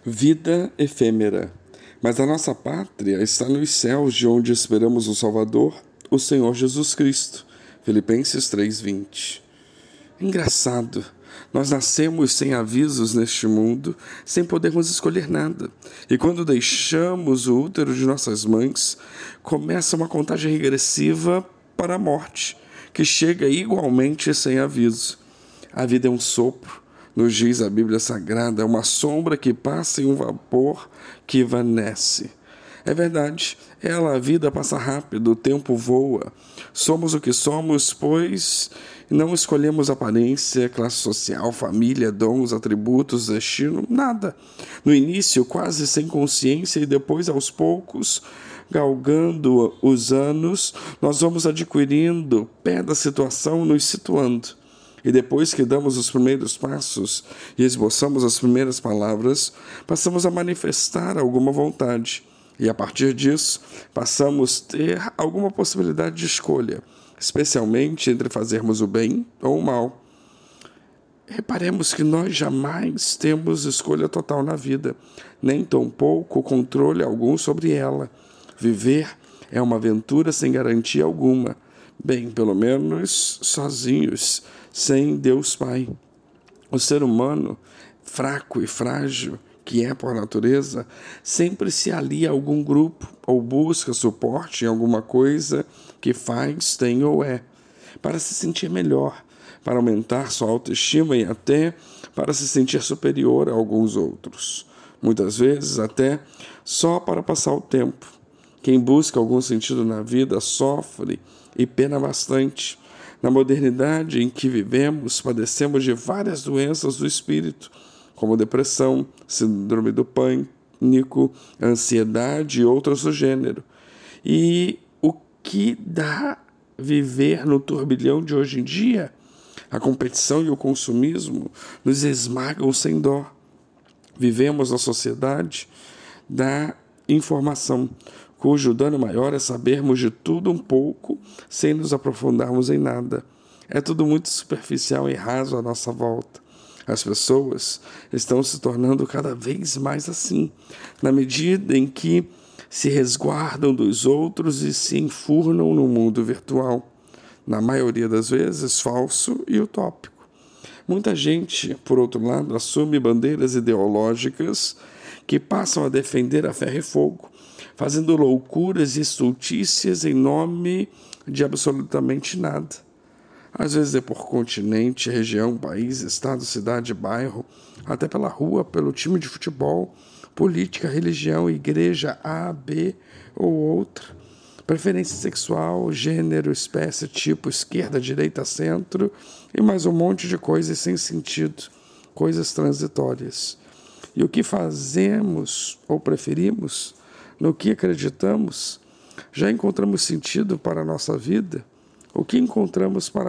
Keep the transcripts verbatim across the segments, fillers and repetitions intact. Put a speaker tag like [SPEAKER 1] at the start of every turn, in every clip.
[SPEAKER 1] Vida efêmera. Mas a nossa pátria está nos céus, de onde esperamos o Salvador, o Senhor Jesus Cristo. Filipenses três, vinte. Engraçado, nós nascemos sem avisos neste mundo, sem podermos escolher nada. E quando deixamos o útero de nossas mães, começa uma contagem regressiva para a morte, que chega igualmente sem aviso. A vida é um sopro, nos diz a Bíblia Sagrada, é uma sombra que passa e um vapor que evanece. É verdade, ela, a vida passa rápido, o tempo voa. Somos o que somos, pois não escolhemos aparência, classe social, família, dons, atributos, destino, nada. No início, quase sem consciência, e depois, aos poucos, galgando os anos, nós vamos adquirindo pé da situação, nos situando. E depois que damos os primeiros passos e esboçamos as primeiras palavras, passamos a manifestar alguma vontade. E a partir disso, passamos a ter alguma possibilidade de escolha, especialmente entre fazermos o bem ou o mal. Reparemos que nós jamais temos escolha total na vida, nem tampouco controle algum sobre ela. Viver é uma aventura sem garantia alguma. Bem, pelo menos sozinhos, sem Deus Pai. O ser humano, fraco e frágil, que é por natureza, sempre se alia a algum grupo ou busca suporte em alguma coisa que faz, tem ou é, para se sentir melhor, para aumentar sua autoestima e até para se sentir superior a alguns outros. Muitas vezes até só para passar o tempo. Quem busca algum sentido na vida sofre e pena bastante. Na modernidade em que vivemos, padecemos de várias doenças do espírito, como depressão, síndrome do pânico, ansiedade e outras do gênero. E o que dá viver no turbilhão de hoje em dia? A competição e o consumismo nos esmagam sem dó. Vivemos na sociedade da informação, cujo dano maior é sabermos de tudo um pouco sem nos aprofundarmos em nada. É tudo muito superficial e raso à nossa volta. As pessoas estão se tornando cada vez mais assim, na medida em que se resguardam dos outros e se enfurnam no mundo virtual, na maioria das vezes falso e utópico. Muita gente, por outro lado, assume bandeiras ideológicas que passam a defender a ferro e fogo, fazendo loucuras e estultícias em nome de absolutamente nada. Às vezes é por continente, região, país, estado, cidade, bairro, até pela rua, pelo time de futebol, política, religião, igreja A, B ou outra, preferência sexual, gênero, espécie, tipo, esquerda, direita, centro e mais um monte de coisas sem sentido, coisas transitórias. E o que fazemos ou preferimos, no que acreditamos, já encontramos sentido para a nossa vida? O que encontramos para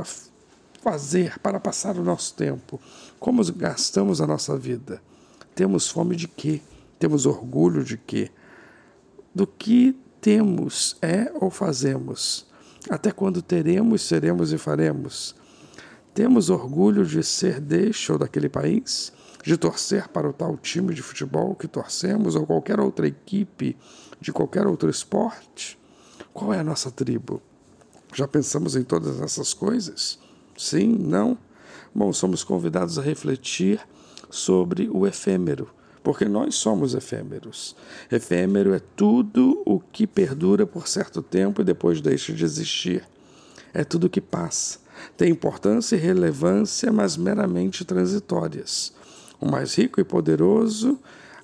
[SPEAKER 1] fazer, para passar o nosso tempo? Como gastamos a nossa vida? Temos fome de quê? Temos orgulho de quê? Do que temos, é ou fazemos? Até quando teremos, seremos e faremos? Temos orgulho de ser deste ou daquele país? De torcer para o tal time de futebol que torcemos ou qualquer outra equipe de qualquer outro esporte? Qual é a nossa tribo? Já pensamos em todas essas coisas? Sim? Não? Bom, somos convidados a refletir sobre o efêmero, porque nós somos efêmeros. Efêmero é tudo o que perdura por certo tempo e depois deixa de existir. É tudo que passa. Tem importância e relevância, mas meramente transitórias. O mais rico e poderoso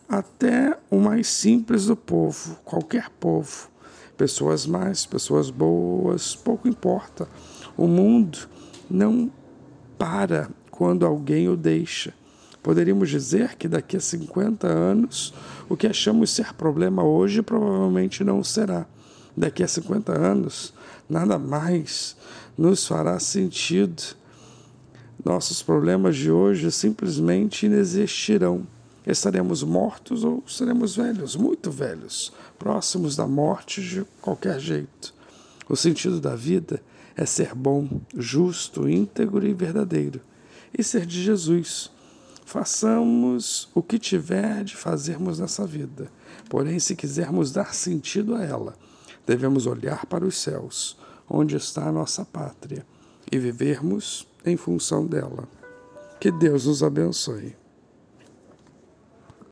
[SPEAKER 1] até o mais simples do povo, qualquer povo. Pessoas más, pessoas boas, pouco importa. O mundo não para quando alguém o deixa. Poderíamos dizer que daqui a cinquenta anos, o que achamos ser problema hoje provavelmente não será. Daqui a cinquenta anos, nada mais nos fará sentido. Nossos problemas de hoje simplesmente inexistirão. Estaremos mortos ou seremos velhos, muito velhos, próximos da morte de qualquer jeito. O sentido da vida é ser bom, justo, íntegro e verdadeiro, e ser de Jesus. Façamos o que tiver de fazermos nessa vida. Porém, se quisermos dar sentido a ela, devemos olhar para os céus, onde está a nossa pátria, e vivermos em função dela. Que Deus nos abençoe.